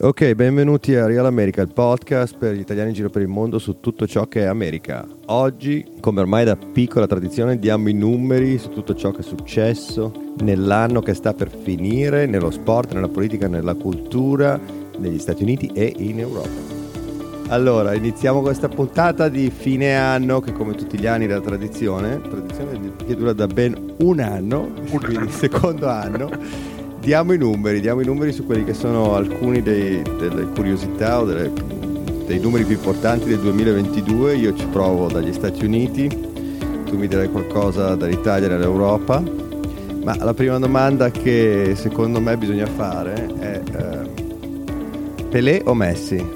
Ok, benvenuti a Real America, il podcast per gli italiani in giro per il mondo su tutto ciò che è America. Oggi, come ormai da piccola tradizione, diamo i numeri su tutto ciò che è successo nell'anno che sta per finire, nello sport, nella politica, nella cultura, negli Stati Uniti e in Europa. Allora, iniziamo questa puntata di fine anno che, come tutti gli anni della tradizione che dura da ben un anno, quindi il secondo anno. Diamo i numeri su quelli che sono alcuni delle curiosità o dei numeri più importanti del 2022. Io ci provo dagli Stati Uniti, tu mi dirai qualcosa dall'Italia e dall'Europa. Ma la prima domanda che secondo me bisogna fare è Pelé o Messi?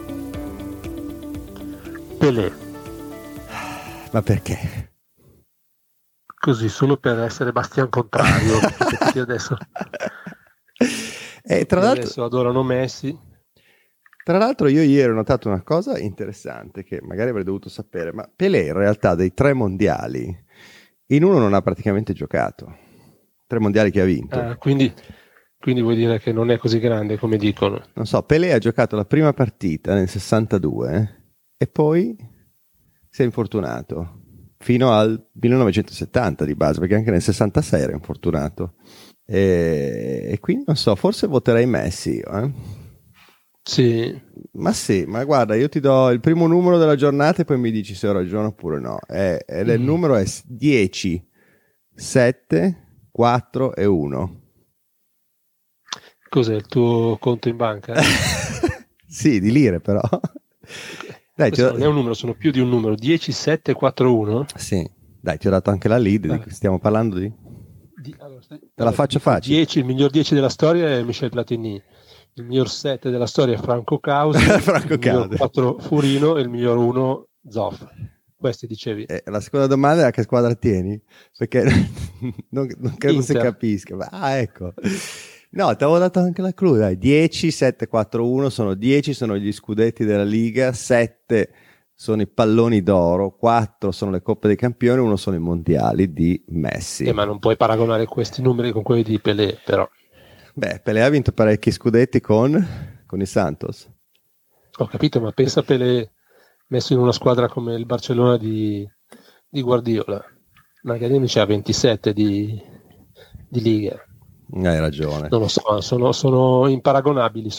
Pelé. Ma perché? Così, solo per essere Bastian Contrario. Tutti adesso adesso adorano Messi. Tra l'altro io ieri ho notato una cosa interessante che magari avrei dovuto sapere, ma Pelé in realtà dei 3 mondiali in uno non ha praticamente giocato. 3 mondiali che ha vinto. Quindi vuoi dire che non è così grande come dicono? Non so, Pelé ha giocato la prima partita nel 62 e poi si è infortunato fino al 1970 di base, perché anche nel 66 era infortunato. E quindi non so, forse voterei Messi. Sì. Ma guarda, io ti do il primo numero della giornata e poi mi dici se ho ragione oppure no. Il numero è 10, 7, 4 e 1. Cos'è il tuo conto in banca? Sì, di lire però. Dai, non è un numero, sono più di un numero. 10, 7, 4, 1? Sì, dai, ti ho dato anche la lead, stiamo parlando di... Te la faccio facile. 10, il miglior 10 della storia è Michel Platini, il miglior 7 della storia è Franco Causi, il miglior 4 Furino e il miglior 1 Zoff. Questi dicevi. La seconda domanda è a che squadra tieni? Perché non credo si capisca. Ecco. No, ti avevo dato anche la clou, dai. 10, 7, 4, 1 sono 10, sono gli scudetti della Liga, 7 sono i palloni d'oro, 4 sono le Coppe dei Campioni, 1 sono i mondiali di Messi. Ma non puoi paragonare questi numeri con quelli di Pelé, però. Beh, Pelé ha vinto parecchi scudetti con il Santos. Ho capito, ma pensa a Pelé messo in una squadra come il Barcellona di Guardiola. Magari ne c'ha 27 di Liga. Hai ragione. Non lo so, sono imparagonabili,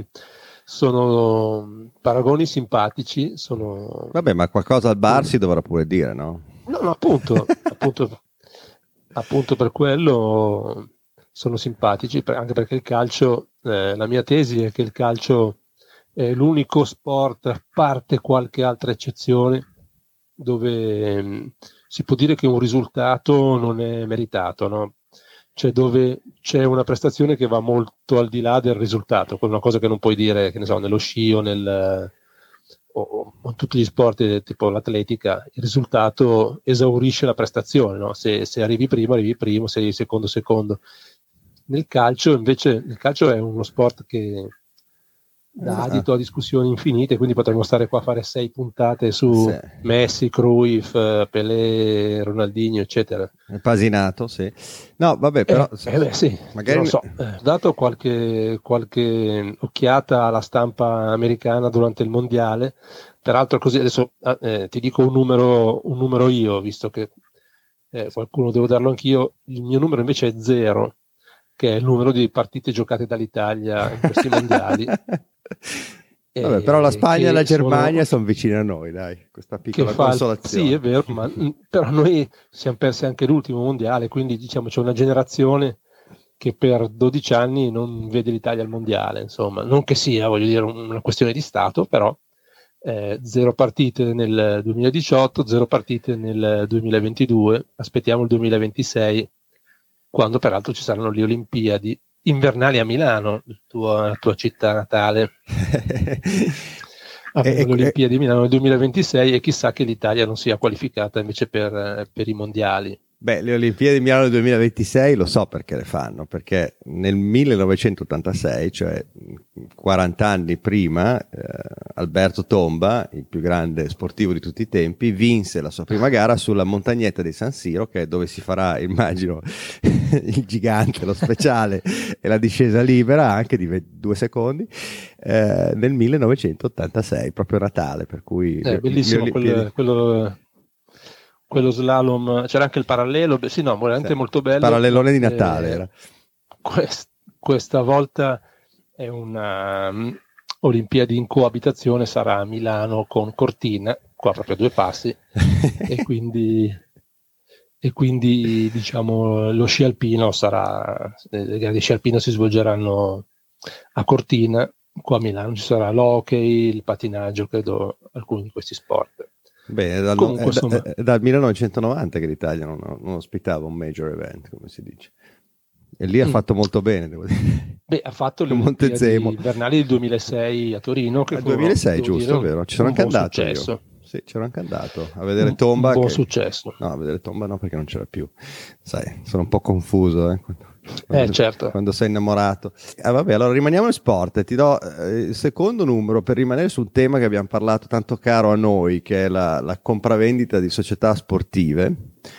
sono paragoni simpatici. Vabbè, ma qualcosa al bar si dovrà pure dire, no? No, appunto per quello sono simpatici, anche perché il calcio, la mia tesi è che il calcio è l'unico sport, a parte qualche altra eccezione, dove si può dire che un risultato non è meritato, no? Cioè dove c'è una prestazione che va molto al di là del risultato, una cosa che non puoi dire, che ne so, nello sci o in tutti gli sport tipo l'atletica, il risultato esaurisce la prestazione, no? Se arrivi primo, se arrivi secondo. Nel calcio invece, il calcio è uno sport che dà adito a discussioni infinite, quindi potremmo stare qua a fare 6 puntate su Messi, Cruyff, Pelé, Ronaldinho, eccetera. Pasinato, sì. No, vabbè, però sì, magari non so. Dato qualche occhiata alla stampa americana durante il mondiale, peraltro così adesso ti dico un numero io, visto che qualcuno devo darlo anch'io. Il mio numero invece è 0, che è il numero di partite giocate dall'Italia in questi mondiali. Vabbè, però la Spagna e la Germania sono vicine a noi, dai, questa piccola consolazione. Sì, è vero, ma però noi siamo persi anche l'ultimo mondiale, quindi diciamo c'è una generazione che per 12 anni non vede l'Italia al mondiale, insomma, non che sia, voglio dire, una questione di stato, però 0 partite nel 2018, 0 partite nel 2022, aspettiamo il 2026, quando peraltro ci saranno le Olimpiadi invernali a Milano, la tua città natale. Le Olimpiadi di Milano nel 2026 e chissà che l'Italia non sia qualificata invece per i mondiali. Beh, le Olimpiadi di Milano 2026 lo so perché le fanno, perché nel 1986, cioè 40 anni prima, Alberto Tomba, il più grande sportivo di tutti i tempi, vinse la sua prima gara sulla montagnetta di San Siro, che è dove si farà, immagino, il gigante, lo speciale e la discesa libera anche di 2 secondi nel 1986, proprio Natale, per cui bellissimo quello slalom. C'era anche il parallelo, sì, no, veramente molto bello. Parallelone di Natale era. Questa volta è una Olimpiadi in coabitazione, sarà a Milano con Cortina, qua proprio a 2 passi, e quindi diciamo lo sci alpino sarà, le gare di sci alpino si svolgeranno a Cortina, qua a Milano ci sarà l'hockey, il patinaggio, credo alcuni di questi sport. Bene, è dal 1990 che l'Italia non ospitava un major event, come si dice. E lì ha fatto molto bene, devo dire. Beh, ha fatto le Olimpiadi invernali del 2006 a Torino. Che 2006, giusto, vero? Ci sono anche andato io. Sì, c'ero anche andato a vedere Tomba. Un buon successo. No, a vedere Tomba no, perché non c'era più. Sai, sono un po' confuso. Certo. Quando sei innamorato. Vabbè, allora rimaniamo in sport. Ti do il secondo numero per rimanere sul tema che abbiamo parlato tanto caro a noi, che è la compravendita di società sportive.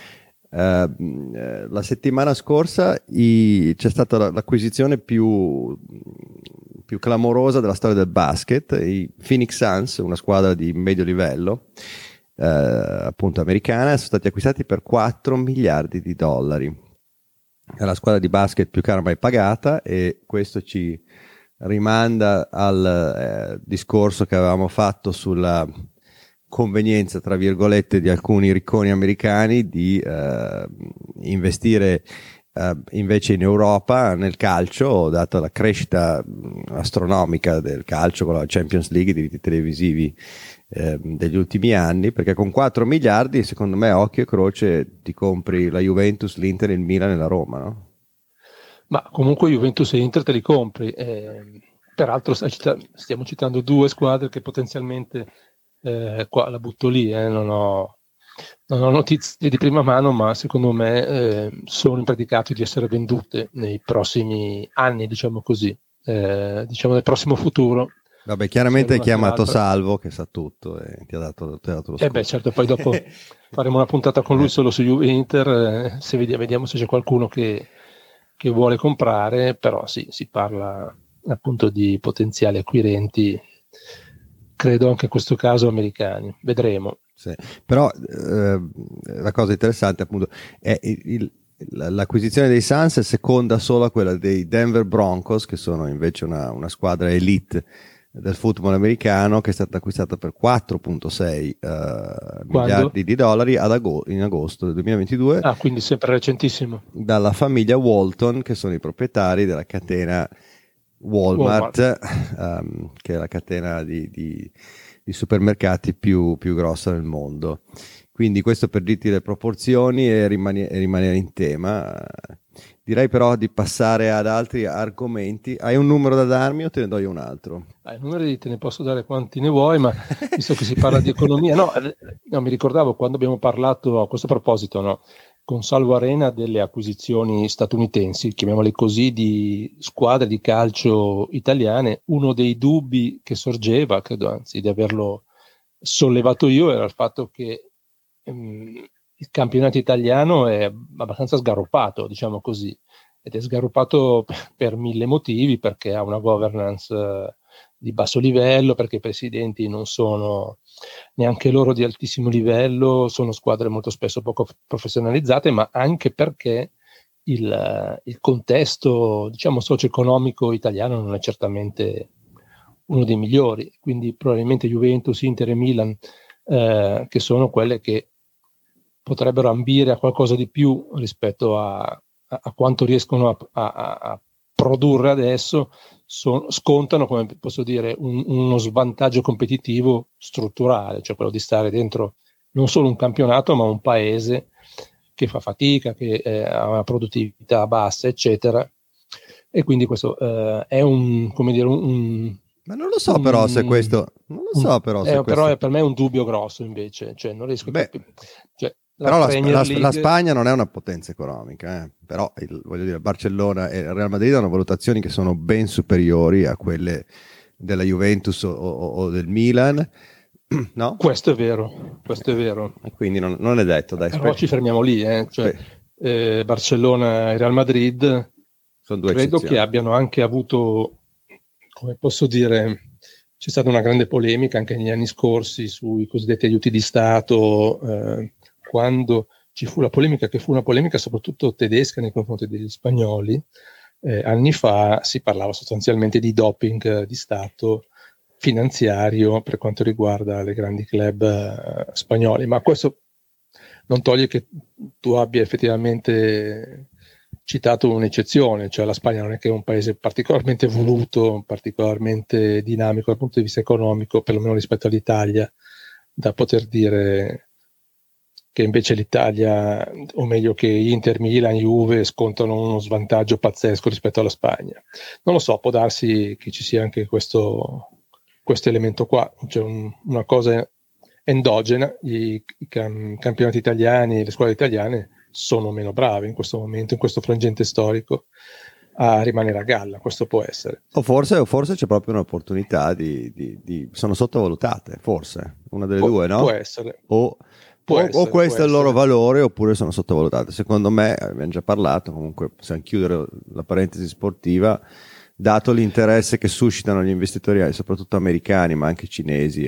La settimana scorsa c'è stata l'acquisizione più clamorosa della storia del basket. I Phoenix Suns, una squadra di medio livello appunto americana, sono stati acquistati per $4 miliardi. È la squadra di basket più cara mai pagata, e questo ci rimanda al discorso che avevamo fatto sulla convenienza, tra virgolette, di alcuni ricconi americani di investire invece in Europa nel calcio, data la crescita astronomica del calcio con la Champions League, i diritti televisivi degli ultimi anni, perché con 4 miliardi secondo me, occhio e croce, ti compri la Juventus, l'Inter, il Milan e la Roma, no? Ma comunque Juventus e Inter te li compri, peraltro stiamo citando 2 squadre che potenzialmente qua la butto lì, non ho notizie di prima mano, ma secondo me sono in predicato di essere vendute nei prossimi anni, diciamo così, diciamo nel prossimo futuro. Vabbè, chiaramente hai chiamato Salvo, che sa tutto, e ti ha dato lo scopo. Beh, certo, poi dopo faremo una puntata con lui solo su Juve Inter, se vediamo se c'è qualcuno che vuole comprare, però sì, si parla appunto di potenziali acquirenti, credo anche in questo caso americani, vedremo. Sì. Però la cosa interessante appunto è l'acquisizione dei Suns è seconda solo a quella dei Denver Broncos, che sono invece una squadra elite del football americano, che è stata acquistata per $4.6 miliardi in agosto del 2022. Quindi sempre recentissimo. Dalla famiglia Walton, che sono i proprietari della catena Walmart. Che è la catena di supermercati più grossa del mondo. Quindi questo per dirti le proporzioni e rimanere in tema. Direi però di passare ad altri argomenti. Hai un numero da darmi o te ne do io un altro? Numeri te ne posso dare quanti ne vuoi, ma visto che si parla di economia, no, mi ricordavo quando abbiamo parlato a questo proposito, no, con Salvo Arena, delle acquisizioni statunitensi, chiamiamole così, di squadre di calcio italiane. Uno dei dubbi che sorgeva, credo anzi di averlo sollevato io, era il fatto che il campionato italiano è abbastanza sgarrupato, diciamo così, ed è sgarrupato per 1000 motivi, perché ha una governance di basso livello, perché i presidenti non sono neanche loro di altissimo livello, sono squadre molto spesso poco professionalizzate, ma anche perché il contesto, diciamo, socio-economico italiano non è certamente uno dei migliori, quindi probabilmente Juventus, Inter e Milan, che sono quelle che potrebbero ambire a qualcosa di più rispetto a quanto riescono a produrre adesso, scontano, come posso dire, uno svantaggio competitivo strutturale, cioè quello di stare dentro non solo un campionato, ma un paese che fa fatica, che ha una produttività bassa, eccetera. E quindi questo è come dire, ma non lo so però se questo... Non lo so però se però questo... per me è un dubbio grosso, invece. Cioè, non riesco a capire. Cioè, però la Spagna non è una potenza economica, però voglio dire, Barcellona e il Real Madrid hanno valutazioni che sono ben superiori a quelle della Juventus o del Milan, no? Questo è vero. E quindi non è detto, dai. Però ci fermiamo lì, cioè, Barcellona e Real Madrid, Sono due credo eccezioni. che abbiano anche avuto, come posso dire, c'è stata una grande polemica anche negli anni scorsi sui cosiddetti aiuti di Stato, quando ci fu la polemica, che fu una polemica soprattutto tedesca nei confronti degli spagnoli. Anni fa si parlava sostanzialmente di doping di Stato finanziario per quanto riguarda le grandi club spagnoli, ma questo non toglie che tu abbia effettivamente citato un'eccezione, cioè la Spagna non è che è un paese particolarmente voluto, particolarmente dinamico dal punto di vista economico, perlomeno rispetto all'Italia, da poter dire che invece l'Italia, o meglio che Inter, Milan, Juve scontano uno svantaggio pazzesco rispetto alla Spagna. Non lo so, può darsi che ci sia anche questo elemento qua, cioè una cosa endogena, i campionati italiani, le scuole italiane sono meno brave in questo momento, in questo frangente storico, a rimanere a galla. Questo può essere. O forse c'è proprio un'opportunità sono sottovalutate, forse, una delle due, no? Può essere. O questo è il loro valore, oppure sono sottovalutate. Secondo me, abbiamo già parlato, comunque possiamo chiudere la parentesi sportiva, dato l'interesse che suscitano gli investitori, soprattutto americani, ma anche cinesi.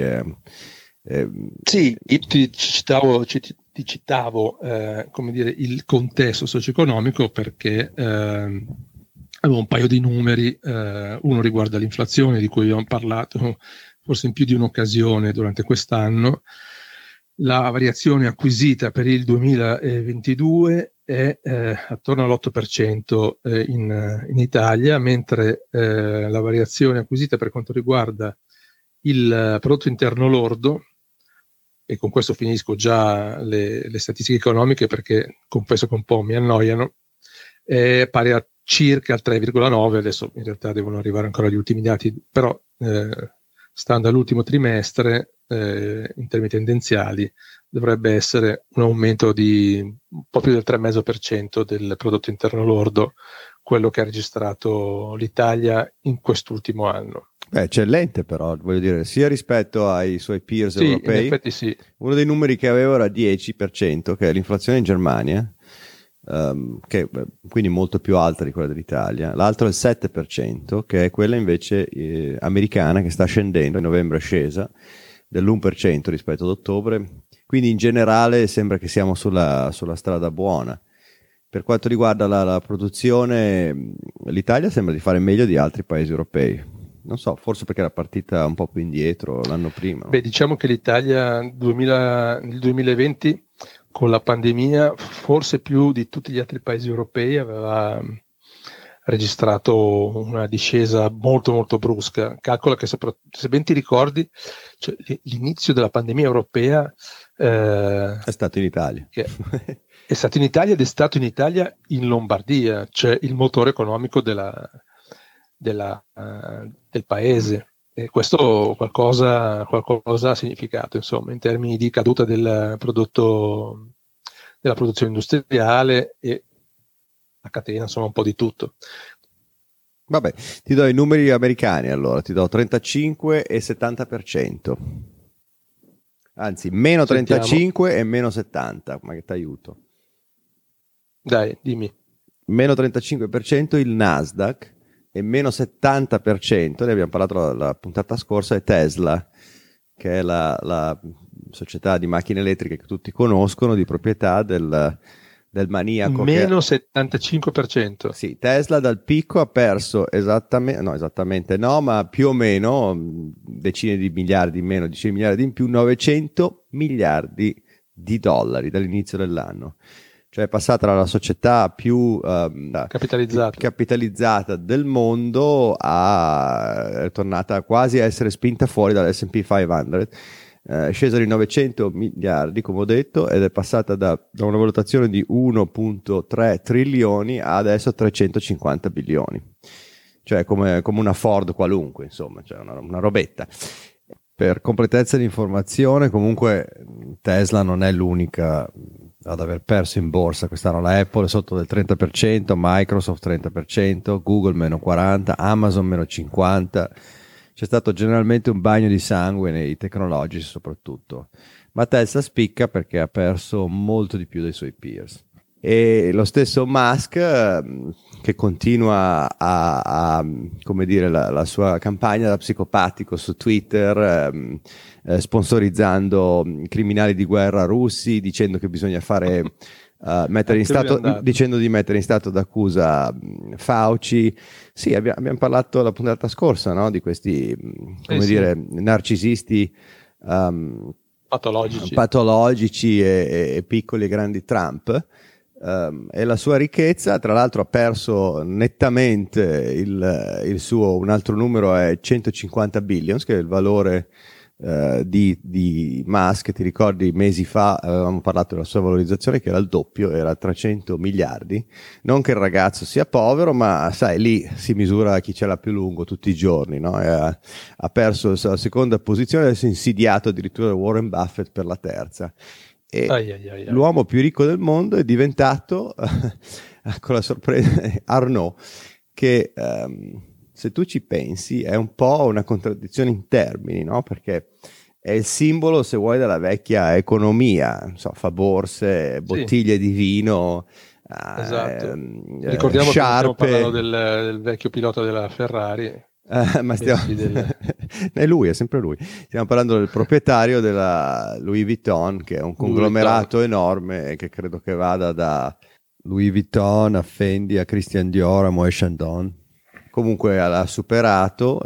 Sì, ti citavo come dire, il contesto socio-economico perché avevo un paio di numeri, uno riguarda l'inflazione di cui abbiamo parlato forse in più di un'occasione durante quest'anno. La variazione acquisita per il 2022 è attorno all'8% in Italia, mentre la variazione acquisita per quanto riguarda il prodotto interno lordo, e con questo finisco già le statistiche economiche perché confesso che un po' mi annoiano, è pari a circa il 3,9, adesso in realtà devono arrivare ancora gli ultimi dati, però stando all'ultimo trimestre in termini tendenziali dovrebbe essere un aumento di un po' più del 3,5% del prodotto interno lordo, quello che ha registrato l'Italia in quest'ultimo anno. Eccellente, però voglio dire, sia rispetto ai suoi peers europei. In effetti sì. Uno dei numeri che avevo era 10%, che è l'inflazione in Germania, che quindi molto più alta di quella dell'Italia. L'altro è il 7%, che è quella invece americana, che sta scendendo, in novembre è scesa dell'1% rispetto ad ottobre, quindi in generale sembra che siamo sulla strada buona. Per quanto riguarda la produzione, l'Italia sembra di fare meglio di altri paesi europei. Non so, forse perché era partita un po' più indietro l'anno prima. Beh, diciamo che l'Italia nel 2020 con la pandemia, forse più di tutti gli altri paesi europei, aveva registrato una discesa molto molto brusca. Calcola che se ben ti ricordi, cioè, l'inizio della pandemia europea è stato in Italia. È stato in Italia ed è stato in Italia in Lombardia, cioè il motore economico del paese. E questo qualcosa ha significato, insomma, in termini di caduta della produzione industriale e la catena, insomma, un po' di tutto. Vabbè, ti do i numeri americani allora, ti do 35 e 70%. Anzi, meno 35 Sentiamo. E meno 70, ma che ti aiuto. Dai, dimmi. Meno 35% il Nasdaq e meno 70%, ne abbiamo parlato la puntata scorsa, è Tesla, che è la società di macchine elettriche che tutti conoscono, di proprietà del maniaco. Meno 75%. Sì, Tesla dal picco ha perso esattamente no, ma più o meno decine di miliardi in meno, decine di miliardi in più, 900 miliardi di dollari dall'inizio dell'anno. Cioè è passata dalla società più capitalizzata del mondo è tornata quasi a essere spinta fuori dall'S&P 500. È scesa di 900 miliardi, come ho detto, ed è passata da una valutazione di 1,3 trilioni a adesso 350 bilioni. Cioè come una Ford qualunque, insomma, cioè una robetta. Per completezza di informazione, comunque Tesla non è l'unica ad aver perso in borsa quest'anno. La Apple è sotto del 30%, Microsoft 30%, Google meno 40%, Amazon meno 50%. C'è stato generalmente un bagno di sangue nei tecnologici soprattutto, ma Tesla spicca perché ha perso molto di più dei suoi peers. E lo stesso Musk, che continua come dire, la sua campagna da psicopatico su Twitter, sponsorizzando criminali di guerra russi, dicendo che bisogna fare dicendo di mettere in stato d'accusa Fauci. Sì, abbiamo parlato la puntata scorsa, no? Di questi narcisisti patologici e piccoli e grandi Trump. E la sua ricchezza, tra l'altro, ha perso nettamente il suo, un altro numero è 150 billions, che è il valore di Musk. Ti ricordi, mesi fa avevamo parlato della sua valorizzazione, che era il doppio, era 300 miliardi. Non che il ragazzo sia povero, ma sai, lì si misura chi ce l'ha più lungo tutti i giorni, no? Ha perso la seconda posizione, adesso è insidiato addirittura Warren Buffett per la terza. E l'uomo più ricco del mondo è diventato, con la sorpresa, Arnault, che se tu ci pensi è un po' una contraddizione in termini, no? Perché è il simbolo, se vuoi, della vecchia economia, non so, fa borse, bottiglie di vino, esatto. Ricordiamo che stiamo parlando del vecchio pilota della Ferrari. Ma è lui, è sempre lui. Stiamo parlando del proprietario della Louis Vuitton, che è un conglomerato enorme, che credo che vada da Louis Vuitton a Fendi a Christian Dior a Moët Chandon. Comunque l'ha superato,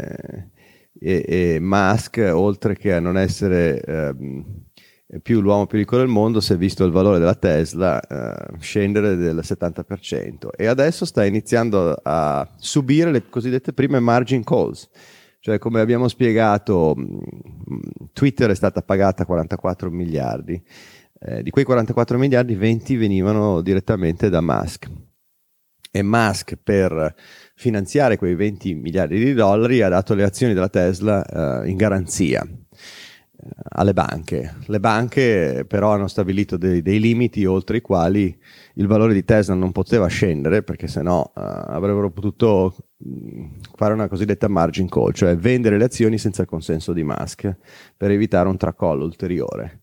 e Musk, oltre che a non essere più l'uomo più ricco del mondo, si è visto il valore della Tesla scendere del 70%, e adesso sta iniziando a subire le cosiddette prime margin calls. Cioè, come abbiamo spiegato, Twitter è stata pagata 44 miliardi, di quei 44 miliardi 20 venivano direttamente da Musk, e Musk, per finanziare quei 20 miliardi di dollari, ha dato le azioni della Tesla in garanzia alle banche. Le banche però hanno stabilito dei limiti oltre i quali il valore di Tesla non poteva scendere, perché sennò avrebbero potuto fare una cosiddetta margin call, cioè vendere le azioni senza il consenso di Musk per evitare un tracollo ulteriore.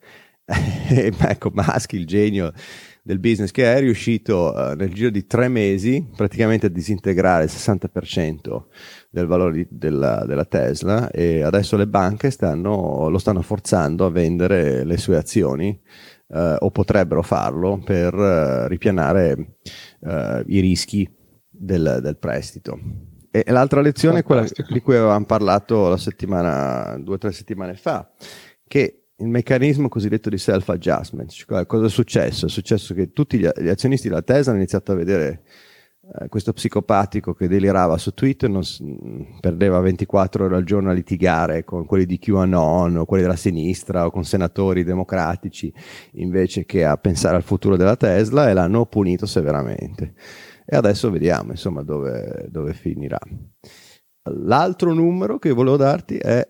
Ecco, Musk, il genio del business che è riuscito nel giro di 3 mesi praticamente a disintegrare il 60% del valore della Tesla, e adesso le banche lo stanno forzando a vendere le sue azioni, o potrebbero farlo per ripianare i rischi del prestito. E l'altra lezione è quella di cui avevamo parlato 2 o 3 settimane fa, che il meccanismo cosiddetto di self-adjustment. Cioè, cosa è successo? È successo che tutti gli azionisti della Tesla hanno iniziato a vedere questo psicopatico che delirava su Twitter, perdeva 24 ore al giorno a litigare con quelli di QAnon o quelli della sinistra o con senatori democratici, invece che a pensare al futuro della Tesla, e l'hanno punito severamente. E adesso vediamo, insomma, dove finirà. L'altro numero che volevo darti è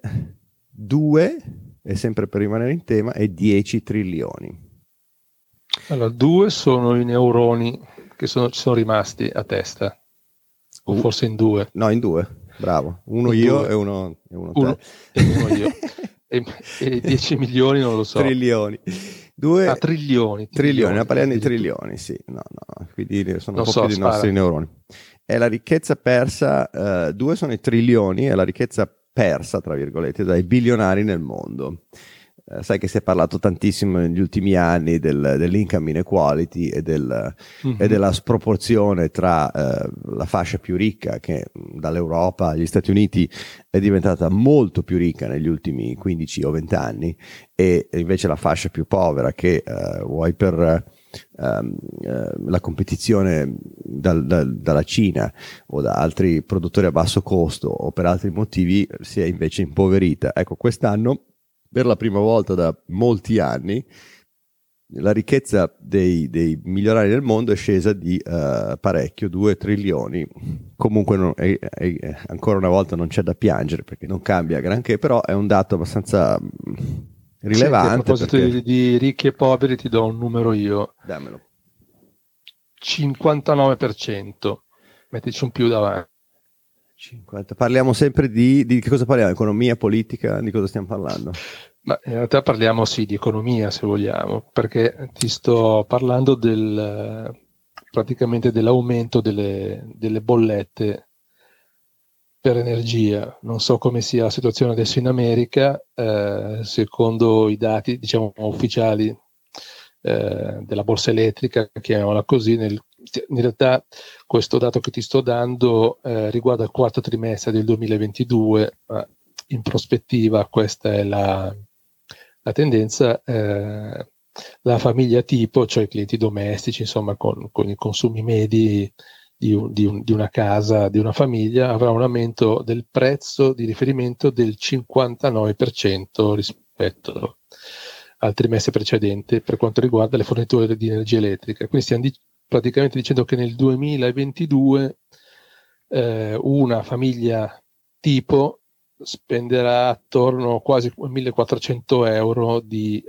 2, e sempre per rimanere in tema, è 10 trilioni. Allora, 2 sono i neuroni che ci sono rimasti a testa, o forse in 2. No, in 2, bravo. Uno io e uno te. Uno io. e 10 milioni non lo so. Trilioni. Trilioni, parliamo di trilioni, sì. No, quindi sono un po' più dei nostri neuroni. È la ricchezza persa, 2 sono i trilioni, è la ricchezza persa, tra virgolette, dai bilionari nel mondo. Sai che si è parlato tantissimo negli ultimi anni dell'income inequality e della sproporzione tra la fascia più ricca, che dall'Europa agli Stati Uniti è diventata molto più ricca negli ultimi 15 o 20 anni, e invece la fascia più povera, che vuoi per la competizione dalla Cina o da altri produttori a basso costo o per altri motivi, si è invece impoverita. Ecco, quest'anno, per la prima volta da molti anni, la ricchezza dei milionari del mondo è scesa di parecchio, 2 trilioni. Comunque ancora una volta non c'è da piangere, perché non cambia granché, però è un dato abbastanza rilevante. Senti, a proposito di ricchi e poveri, ti do un numero io. Dammelo. 59%. Mettici un più davanti. 50. Parliamo sempre di che cosa parliamo? Economia, politica? Di cosa stiamo parlando? Ma in realtà parliamo sì di economia, se vogliamo, perché ti sto parlando praticamente dell'aumento delle bollette per energia. Non so come sia la situazione adesso in America, secondo i dati, diciamo, ufficiali della borsa elettrica, chiamiamola così, in realtà questo dato che ti sto dando riguarda il quarto trimestre del 2022, ma in prospettiva questa è la tendenza. La famiglia tipo, cioè i clienti domestici, insomma, con i consumi medi di una casa, di una famiglia, avrà un aumento del prezzo di riferimento del 59% rispetto al trimestre precedente per quanto riguarda le forniture di energia elettrica. Quindi stiamo praticamente dicendo che nel 2022 una famiglia tipo spenderà attorno a quasi 1.400 euro di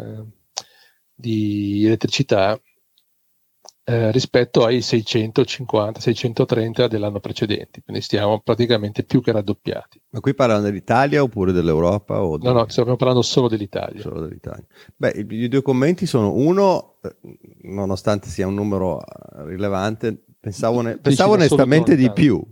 elettricità rispetto ai 650-630 dell'anno precedente, quindi stiamo praticamente più che raddoppiati. Ma qui parlano dell'Italia oppure dell'Europa? No, stiamo parlando solo dell'Italia. Solo dell'Italia. Beh, i due commenti sono: uno, nonostante sia un numero rilevante, pensavo onestamente di più,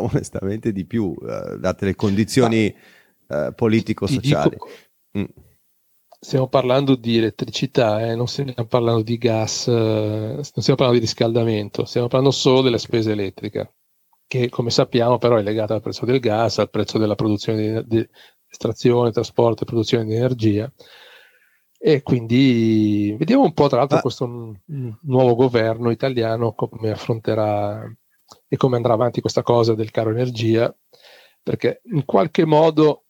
date le condizioni politico-sociali. Stiamo parlando di elettricità, non stiamo parlando di gas, non stiamo parlando di riscaldamento, stiamo parlando solo della spesa elettrica, che come sappiamo però è legata al prezzo del gas, al prezzo della produzione di estrazione, trasporto e produzione di energia. E quindi vediamo un po', tra l'altro, questo nuovo governo italiano come affronterà e come andrà avanti questa cosa del caro energia, perché in qualche modo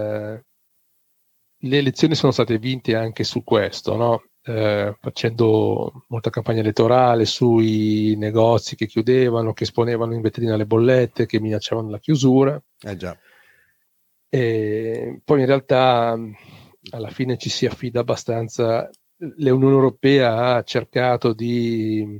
le elezioni sono state vinte anche su questo, no? Facendo molta campagna elettorale sui negozi che chiudevano, che esponevano in vetrina le bollette, che minacciavano la chiusura. Già. E poi in realtà alla fine ci si affida abbastanza. L'Unione Europea ha cercato di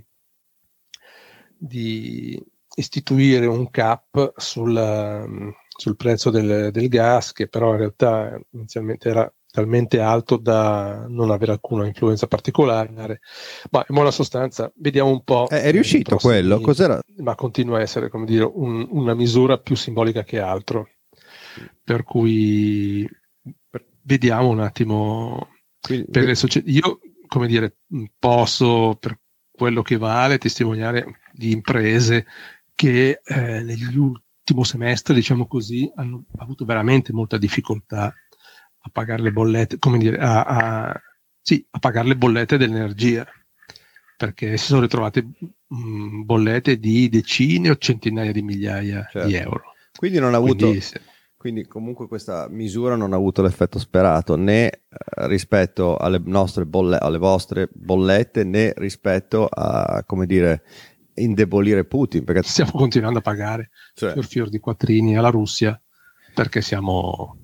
istituire un cap sul prezzo del gas, che però in realtà inizialmente era talmente alto da non avere alcuna influenza particolare, ma in buona sostanza vediamo un po'. È riuscito quello? Cos'era? Ma continua a essere, come dire, una misura più simbolica che altro, per cui vediamo un attimo. Io, come dire, posso, per quello che vale, testimoniare di imprese che nell'ultimo semestre, diciamo così, hanno avuto veramente molta difficoltà a pagare le bollette, come dire, a pagare le bollette dell'energia, perché si sono ritrovate bollette di decine o centinaia di migliaia di euro. Quindi non ha avuto. Quindi comunque questa misura non ha avuto l'effetto sperato, né rispetto alle alle vostre bollette, né rispetto a, come dire, indebolire Putin, perché stiamo continuando a pagare fior di quattrini alla Russia, perché siamo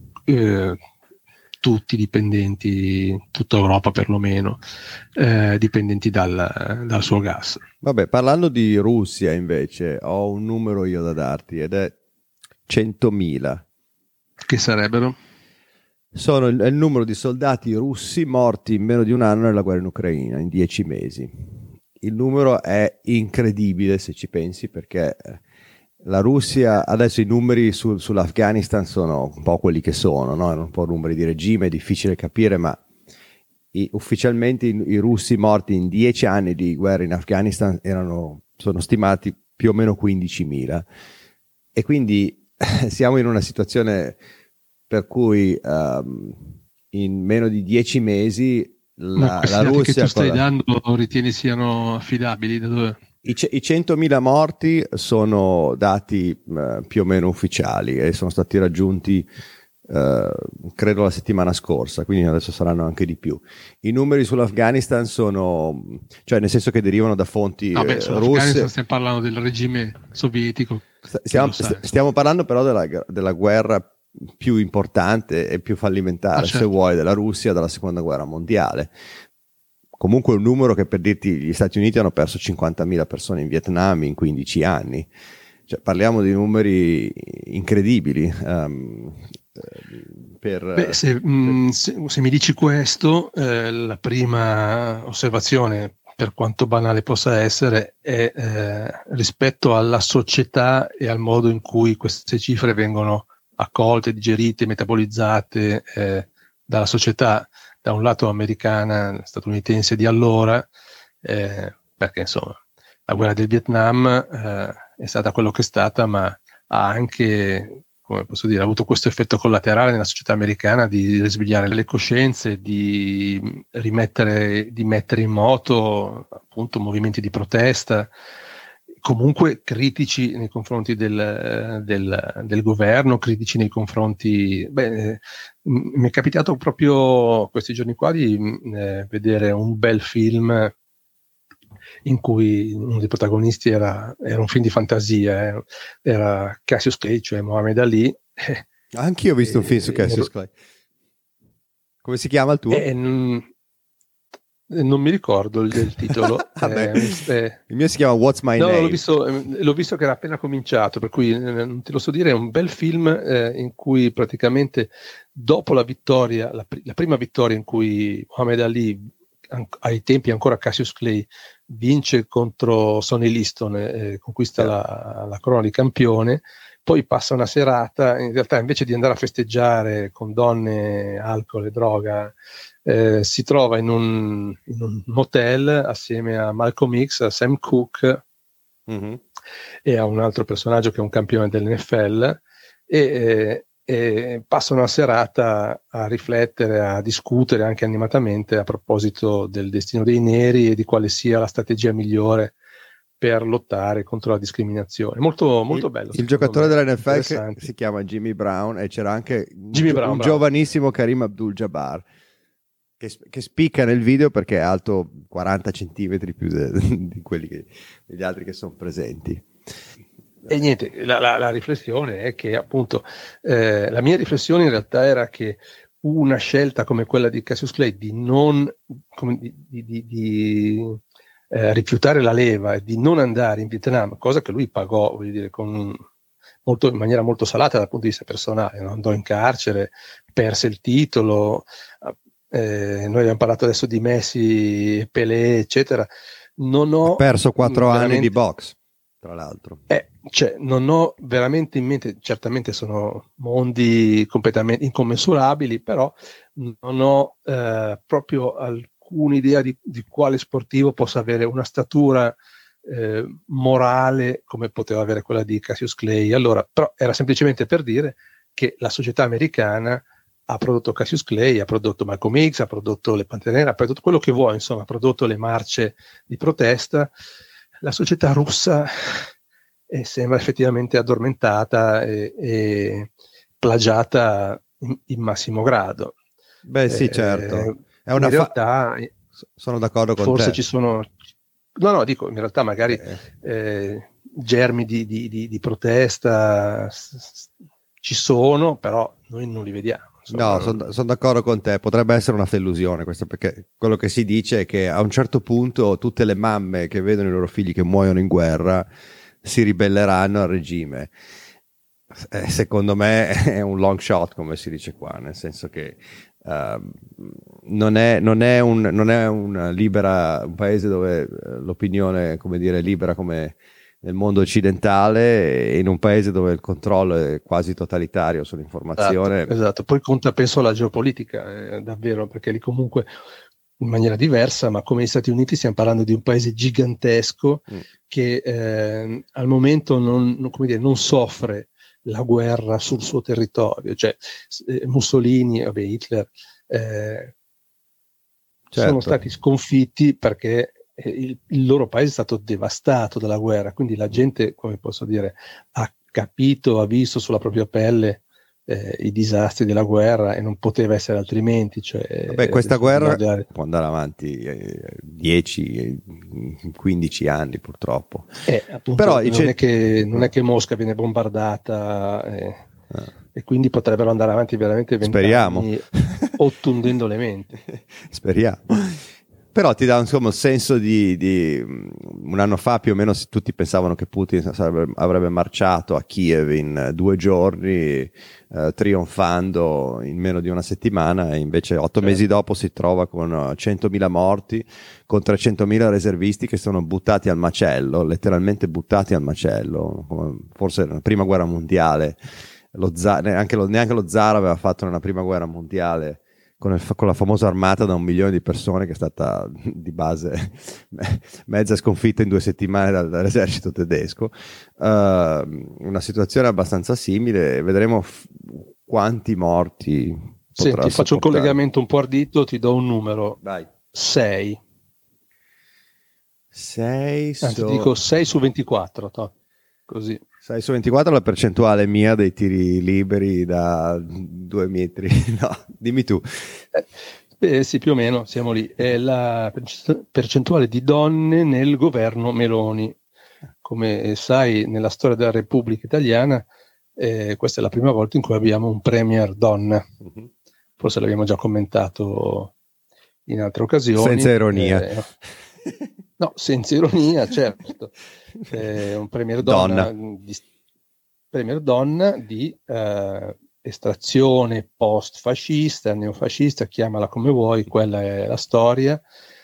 tutti dipendenti, tutta Europa perlomeno, dipendenti dal suo gas. Vabbè, parlando di Russia invece, ho un numero io da darti ed è 100.000. Che sarebbero? Sono il numero di soldati russi morti in meno di un anno nella guerra in Ucraina, in 10 mesi. Il numero è incredibile se ci pensi, perché la Russia, adesso i numeri sull'Afghanistan sono un po' quelli che sono, no? Erano un po' numeri di regime, è difficile capire, ma ufficialmente i russi morti in 10 anni di guerra in Afghanistan sono stimati più o meno 15.000. E quindi siamo in una situazione per cui in meno di 10 mesi la Russia... che tu stai dando ritieni siano affidabili? Da dove? I 100.000 morti sono dati più o meno ufficiali e sono stati raggiunti credo la settimana scorsa, quindi adesso saranno anche di più. I numeri sull'Afghanistan sono, cioè nel senso che derivano da fonti russe. Stiamo parlando del regime sovietico. Stiamo parlando però della guerra più importante e più fallimentare, se vuoi, della Russia dalla seconda guerra mondiale. Comunque un numero che, per dirti, gli Stati Uniti hanno perso 50.000 persone in Vietnam in 15 anni. Cioè, parliamo di numeri incredibili. Se mi dici questo, la prima osservazione, per quanto banale possa essere, è rispetto alla società e al modo in cui queste cifre vengono accolte, digerite, metabolizzate dalla società, da un lato americana, statunitense di allora, perché insomma la guerra del Vietnam è stata quello che è stata, ma ha anche, come posso dire, ha avuto questo effetto collaterale nella società americana di risvegliare le coscienze, di mettere in moto appunto movimenti di protesta, comunque critici nei confronti del governo, critici nei confronti... mi è capitato proprio questi giorni qua di vedere un bel film in cui uno dei protagonisti era un film di fantasia, era Cassius Clay, cioè Muhammad Ali. Anch'io ho visto un film su Cassius Clay. Come si chiama il tuo? Non mi ricordo il titolo. Il mio si chiama What's My Name? L'ho visto che era appena cominciato, per cui non te lo so dire. È un bel film in cui praticamente dopo la vittoria, la prima vittoria in cui Muhammad Ali, ai tempi ancora Cassius Clay, vince contro Sonny Liston, conquista la corona di campione, poi passa una serata, in realtà invece di andare a festeggiare con donne, alcol e droga, si trova in un motel assieme a Malcolm X, a Sam Cooke e a un altro personaggio che è un campione dell'NFL, e passa una serata a riflettere, a discutere anche animatamente a proposito del destino dei neri e di quale sia la strategia migliore per lottare contro la discriminazione. Molto, molto bello. Il giocatore dell'NFL si chiama Jimmy Brown, e c'era anche un giovanissimo Kareem Abdul-Jabbar che spicca nel video perché è alto 40 centimetri più di quelli degli altri che sono presenti. E niente, la riflessione è che appunto la mia riflessione in realtà era che una scelta come quella di Cassius Clay di non rifiutare la leva e di non andare in Vietnam, cosa che lui pagò, voglio dire, in maniera molto salata dal punto di vista personale, no? Andò in carcere, perse il titolo, noi abbiamo parlato adesso di Messi, Pelé, eccetera. Ha perso 4 anni di box, tra l'altro. Non ho veramente in mente, certamente sono mondi completamente incommensurabili, però non ho proprio alcuna idea di quale sportivo possa avere una statura morale come poteva avere quella di Cassius Clay. Allora, però era semplicemente per dire che la società americana ha prodotto Cassius Clay, ha prodotto Malcolm X, ha prodotto le Pantere Nere, ha prodotto quello che vuoi, insomma, ha prodotto le marce di protesta. La società russa sembra effettivamente addormentata e plagiata in massimo grado. Beh, sì, certo. È una in realtà sono d'accordo con forse te. Ci sono... No, dico, in realtà magari germi di protesta ci sono, però noi non li vediamo. No, sono d'accordo con te, potrebbe essere una delusione questo, perché quello che si dice è che a un certo punto tutte le mamme che vedono i loro figli che muoiono in guerra si ribelleranno al regime. Secondo me è un long shot, come si dice qua, nel senso che non è un paese dove l'opinione, come dire, è libera come nel mondo occidentale, e in un paese dove il controllo è quasi totalitario sull'informazione. Esatto. Poi conta, penso, la geopolitica, davvero, perché lì comunque in maniera diversa, ma come gli Stati Uniti stiamo parlando di un paese gigantesco che al momento non soffre la guerra sul suo territorio, cioè Mussolini, Hitler sono stati sconfitti perché il loro paese è stato devastato dalla guerra, quindi la gente, come posso dire, ha capito, ha visto sulla propria pelle i disastri della guerra, e non poteva essere altrimenti. Cioè, questa guerra può andare avanti 10-15 anni purtroppo. Appunto, però non è che Mosca viene bombardata e quindi potrebbero andare avanti veramente 20 anni ottundendo le menti. Speriamo. Però ti dà insomma un senso di un anno fa più o meno tutti pensavano che Putin avrebbe marciato a Kiev in 2 giorni, trionfando in meno di una settimana, e invece 8 mesi dopo si trova con 100.000 morti, con 300.000 reservisti che sono buttati al macello, letteralmente buttati al macello, forse nella prima guerra mondiale. Neanche lo zar aveva fatto nella prima guerra mondiale con la famosa armata da 1 milione di persone, che è stata di base mezza sconfitta in 2 settimane dall'esercito tedesco. Una situazione abbastanza simile, vedremo quanti morti potrà Senti, faccio un sopportare. collegamento un po' ardito, ti do un numero. Vai. 6. 6 Anzi, ti dico 6 su 24, così. 6 su 24 la percentuale mia dei tiri liberi da 2 metri. No, dimmi tu. Sì, più o meno siamo lì. È la percentuale di donne nel governo Meloni. Come sai, nella storia della Repubblica Italiana, questa è la prima volta in cui abbiamo un premier donna. Forse l'abbiamo già commentato in altre occasioni. Senza ironia. No, senza ironia, certo. Un premier donna di estrazione post-fascista, neofascista, chiamala come vuoi, quella è la storia,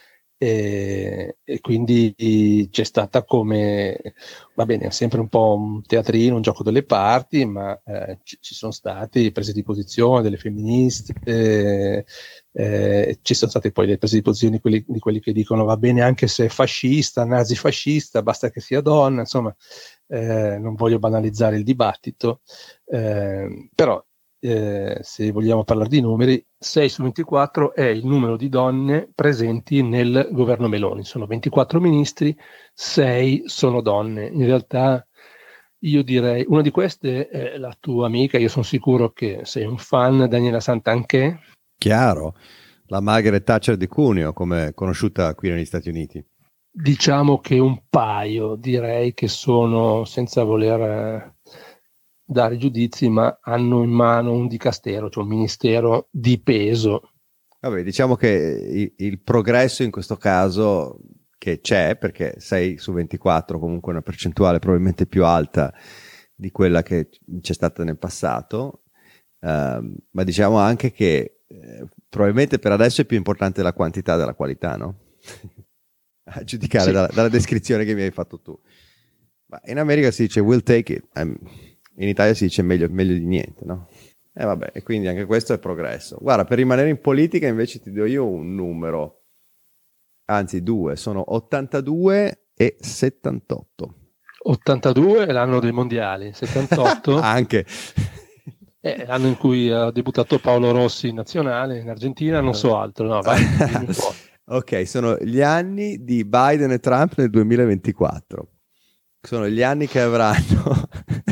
e quindi c'è stata, come, va bene, è sempre un po' un teatrino, un gioco delle parti, ma ci sono stati prese di posizione delle femministe, ci sono state poi le prese di posizione di quelli che dicono va bene anche se è fascista, nazifascista, basta che sia donna, insomma. Non voglio banalizzare il dibattito, però se vogliamo parlare di numeri, 6 su 24 è il numero di donne presenti nel governo Meloni. Sono 24 ministri, 6 sono donne. In realtà io direi, una di queste è la tua amica, io sono sicuro che sei un fan, Daniela Santanchè. Chiaro, la Margaret Thatcher di Cuneo, come conosciuta qui negli Stati Uniti. Diciamo che un paio, direi che sono, senza voler dare giudizi, ma hanno in mano un dicastero, cioè un ministero di peso. Vabbè, diciamo che il progresso in questo caso che c'è, perché 6 su 24 comunque è una percentuale probabilmente più alta di quella che c'è stata nel passato, ma diciamo anche che probabilmente per adesso è più importante la quantità della qualità, no? A giudicare dalla descrizione che mi hai fatto tu. Ma in America si dice we'll take it, in Italia si dice meglio di niente, no? Vabbè, e quindi anche questo è progresso. Guarda, per rimanere in politica invece ti do io un numero, anzi 2, sono 82 e 78. 82 è l'anno dei mondiali, 78 anche è l'anno in cui ha debuttato Paolo Rossi in nazionale, in Argentina, non so altro, no, vai, dimmi un po'. Ok, sono gli anni di Biden e Trump nel 2024. Sono gli anni che avranno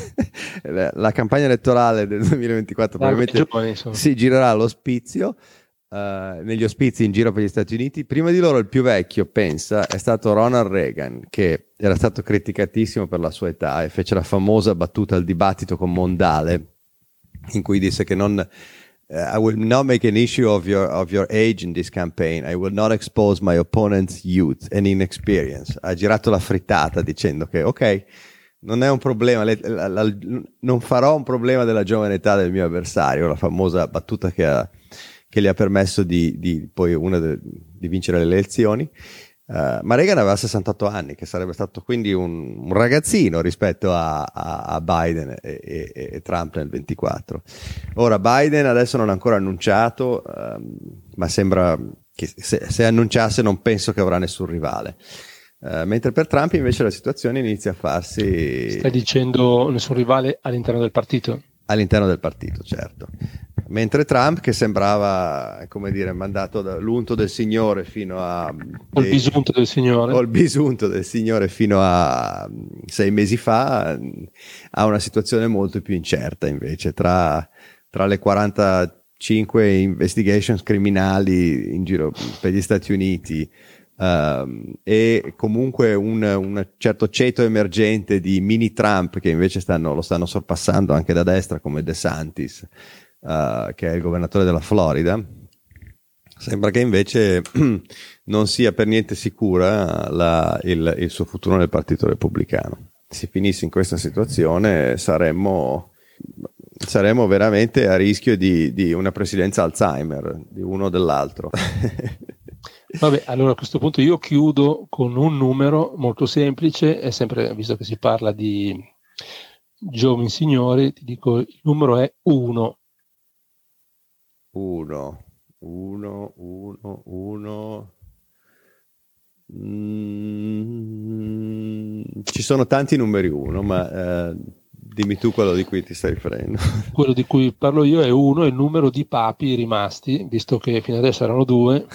la campagna elettorale del 2024. Probabilmente si girerà all'ospizio, negli ospizi in giro per gli Stati Uniti. Prima di loro il più vecchio, pensa, è stato Ronald Reagan, che era stato criticatissimo per la sua età e fece la famosa battuta al dibattito con Mondale, in cui disse che I will not make an issue of your age in this campaign. I will not expose my opponent's youth and inexperience. Ha girato la frittata dicendo che ok, non è un problema, non farò un problema della giovane età del mio avversario, la famosa battuta che gli ha permesso di vincere le elezioni. Ma Reagan aveva 68 anni, che sarebbe stato quindi un ragazzino rispetto a Biden e Trump nel 24. Ora Biden adesso non ha ancora annunciato, ma sembra che se annunciasse non penso che avrà nessun rivale, mentre per Trump invece la situazione inizia a farsi... Stai dicendo nessun rivale all'interno del partito? All'interno del partito, certo. Mentre Trump, che sembrava, come dire, mandato dall'unto del Signore fino a... O il bisunto del Signore. O il bisunto del Signore fino a 6 mesi fa, ha una situazione molto più incerta invece, tra le 45 investigations criminali in giro per gli Stati Uniti, e comunque un certo ceto emergente di mini Trump che invece lo stanno sorpassando anche da destra, come DeSantis, che è il governatore della Florida. Sembra che invece non sia per niente sicura il suo futuro nel Partito Repubblicano. Se finisse in questa situazione saremmo veramente a rischio di una presidenza Alzheimer, di uno o dell'altro. Vabbè, allora a questo punto io chiudo con un numero molto semplice, e sempre visto che si parla di giovani signori, ti dico il numero è 1. 1. Ci sono tanti numeri 1, ma dimmi tu quello di cui ti stai riferendo. Quello di cui parlo io è 1, è il numero di papi rimasti, visto che fino adesso erano 2.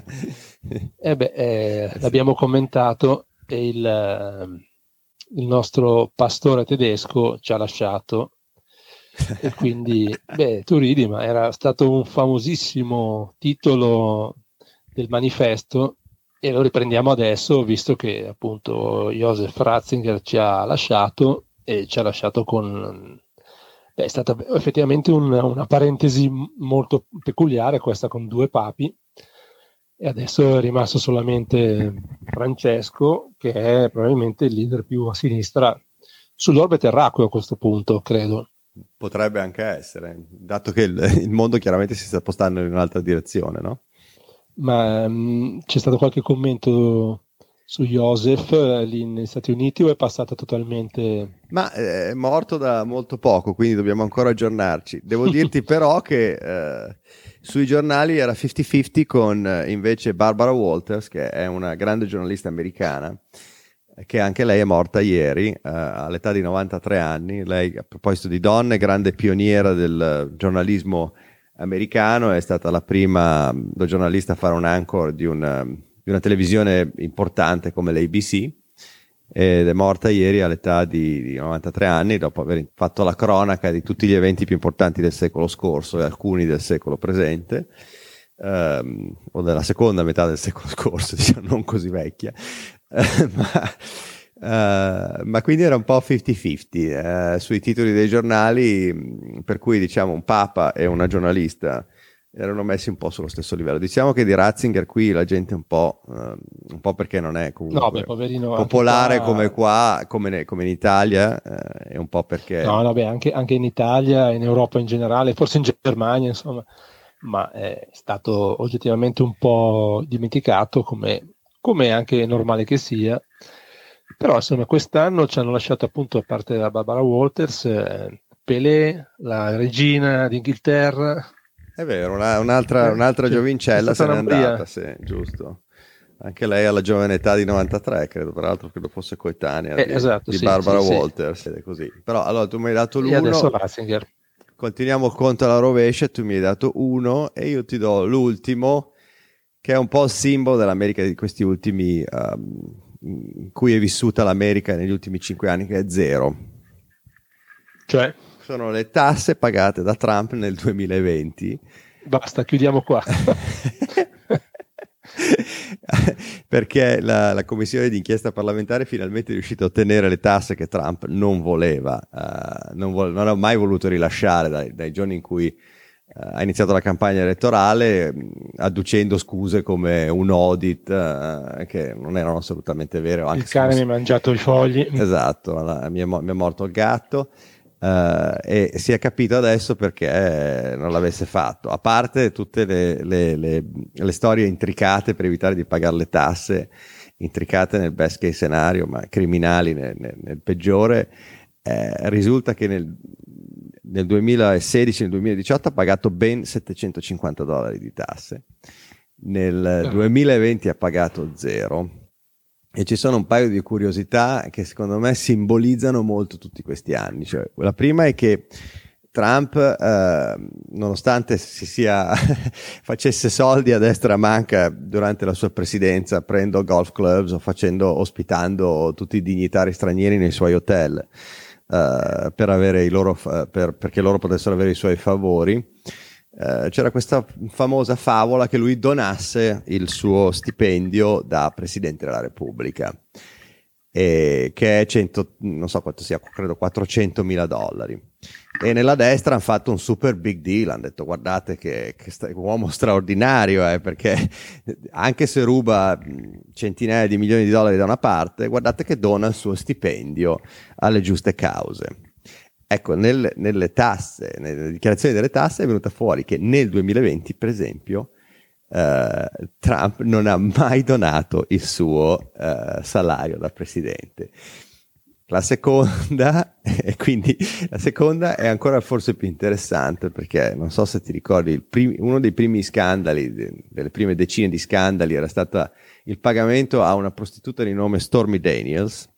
L'abbiamo commentato e il nostro pastore tedesco ci ha lasciato. E quindi, tu ridi, ma era stato un famosissimo titolo del manifesto e lo riprendiamo adesso, visto che appunto Joseph Ratzinger ci ha lasciato e ci ha lasciato con... è stata effettivamente una parentesi molto peculiare questa, con 2 papi, e adesso è rimasto solamente Francesco, che è probabilmente il leader più a sinistra sull'orbe terracqueo a questo punto, credo. Potrebbe anche essere, dato che il mondo chiaramente si sta spostando in un'altra direzione, no? Ma c'è stato qualche commento su Joseph lì negli Stati Uniti, o è passata totalmente... Ma è morto da molto poco, quindi dobbiamo ancora aggiornarci. Devo dirti però che sui giornali era 50-50 con invece Barbara Walters, che è una grande giornalista americana, che anche lei è morta ieri all'età di 93 anni. Lei, a proposito di donne, grande pioniera del giornalismo americano, è stata la prima giornalista a fare un anchor di una televisione importante come l'ABC, ed è morta ieri all'età di 93 anni, dopo aver fatto la cronaca di tutti gli eventi più importanti del secolo scorso e alcuni del secolo presente, o della seconda metà del secolo scorso, diciamo, non così vecchia. Ma quindi era un po' 50-50 sui titoli dei giornali, per cui diciamo un papa e una giornalista erano messi un po' sullo stesso livello. Diciamo che di Ratzinger qui la gente un po' perché non è comunque popolare come qua, come in Italia, e un po' perché... anche in Italia, in Europa in generale, forse in Germania, insomma, ma è stato oggettivamente un po' dimenticato, come è anche normale che sia. Però insomma quest'anno ci hanno lasciato, appunto, a parte la Barbara Walters, Pelé, la regina d'Inghilterra. È vero, un'altra giovincella se n'è andata, sì, giusto. Anche lei alla giovane età di 93, credo fosse coetanea di Barbara Walters, ed è così. Però allora tu mi hai dato l'1, e adesso Ratzinger. Continuiamo il conto alla rovescia, tu mi hai dato 1 e io ti do l'ultimo, che è un po' il simbolo dell'America di questi ultimi... in cui è vissuta l'America negli ultimi 5 anni, che è 0. Cioè? Sono le tasse pagate da Trump nel 2020. Basta, chiudiamo qua. Perché la commissione d'inchiesta parlamentare finalmente è riuscita a ottenere le tasse che Trump non voleva, non ha mai voluto rilasciare dai giorni in cui ha iniziato la campagna elettorale, adducendo scuse come un audit, che non erano assolutamente vere. Il cane mi ha mangiato i fogli. Esatto, mi è morto il gatto. E si è capito adesso perché non l'avesse fatto, a parte tutte le storie intricate per evitare di pagare le tasse, intricate nel best case scenario, ma criminali nel peggiore. Risulta che nel 2016 e nel 2018 ha pagato ben $750 di tasse, nel 2020 ha pagato 0. E ci sono un paio di curiosità che secondo me simbolizzano molto tutti questi anni. Cioè, la prima è che Trump, nonostante facesse soldi a destra a manca durante la sua presidenza, aprendo golf clubs o ospitando tutti i dignitari stranieri nei suoi hotel, per avere perché loro potessero avere i suoi favori, c'era questa famosa favola che lui donasse il suo stipendio da Presidente della Repubblica, che è non so quanto sia, credo $400.000, E nella destra hanno fatto un super big deal, hanno detto guardate che uomo straordinario, perché anche se ruba centinaia di milioni di dollari da una parte, guardate che dona il suo stipendio alle giuste cause. Ecco, nelle tasse, nelle dichiarazioni delle tasse è venuta fuori che nel 2020, per esempio, Trump non ha mai donato il suo salario da presidente. La seconda, e quindi la seconda è ancora forse più interessante, perché non so se ti ricordi, uno dei primi scandali, delle prime decine di scandali, era stato il pagamento a una prostituta di nome Stormy Daniels.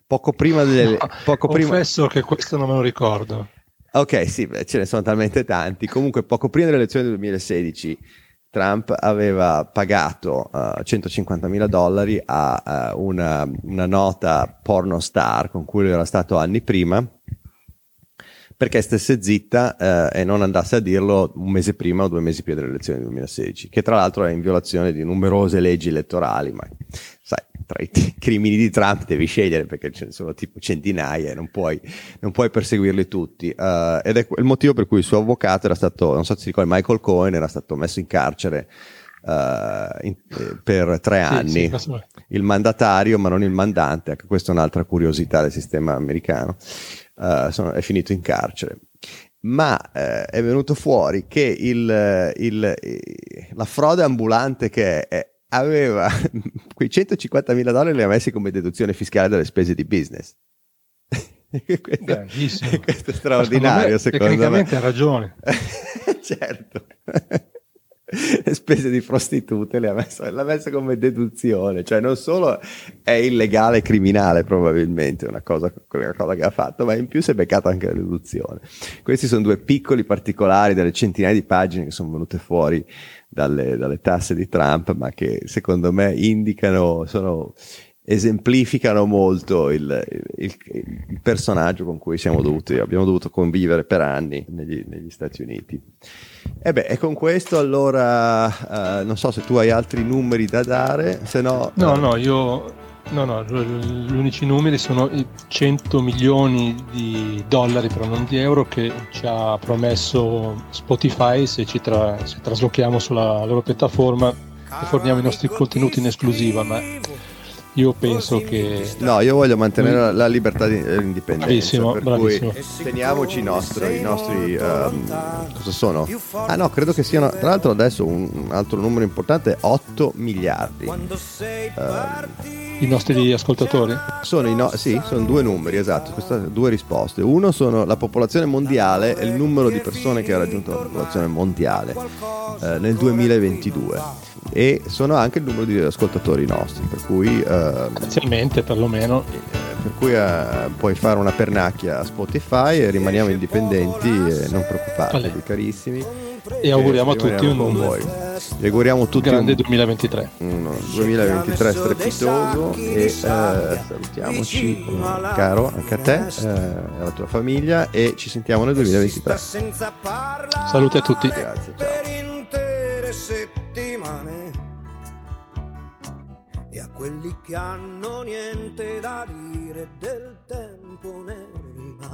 Confesso che questo non me lo ricordo. Ok, sì, ce ne sono talmente tanti. Comunque, poco prima delle elezioni del 2016, Trump aveva pagato $150,000 a una nota porno star con cui lui era stato anni prima, perché stesse zitta e non andasse a dirlo un mese prima o 2 mesi prima delle elezioni del 2016, che tra l'altro è in violazione di numerose leggi elettorali, ma sai, tra i crimini di Trump devi scegliere, perché ce ne sono tipo centinaia e non puoi perseguirli tutti, ed è il motivo per cui il suo avvocato era stato, non so se ti ricordi, Michael Cohen, era stato messo in carcere per 3 anni, il mandatario ma non il mandante. Anche questa è un'altra curiosità del sistema americano. È finito in carcere, ma è venuto fuori che la frode ambulante che aveva quei $150,000 li ha messi come deduzione fiscale dalle spese di business. Questo è straordinario, secondo me. Tecnicamente ha ragione. Certo. Le spese di prostitute l'ha messo come deduzione, cioè non solo è illegale e criminale probabilmente una cosa che ha fatto, ma in più si è beccato anche la deduzione. Questi sono 2 piccoli particolari delle centinaia di pagine che sono venute fuori dalle tasse di Trump, ma che secondo me esemplificano molto il personaggio con cui abbiamo dovuto convivere per anni negli Stati Uniti. E con questo allora non so se tu hai altri numeri da dare, se no... No, gli unici numeri sono i 100 milioni di dollari, però non di euro, che ci ha promesso Spotify se traslochiamo sulla loro piattaforma e forniamo i nostri contenuti in esclusiva, ma io penso che... No, io voglio mantenere la libertà di indipendenza, bravissimo. Cui teniamoci i nostri cosa sono? Ah no, credo che siano, tra l'altro adesso un altro numero importante, 8 miliardi. I nostri ascoltatori? Sì, sono 2 numeri, esatto, queste 2 risposte. Uno sono la popolazione mondiale e il numero di persone che ha raggiunto la popolazione mondiale nel 2022. E sono anche il numero di ascoltatori nostri, per cui parzialmente perlomeno, per cui puoi fare una pernacchia a Spotify e rimaniamo indipendenti, e non preoccupatevi carissimi, e auguriamo a tutti vi auguriamo tutti grande 2023 un 2023 strepitoso, e salutiamoci caro anche a te e alla tua famiglia, e ci sentiamo nel 2023. Salute a tutti. Grazie, ciao. E a quelli che hanno niente da dire del tempo ne rimane.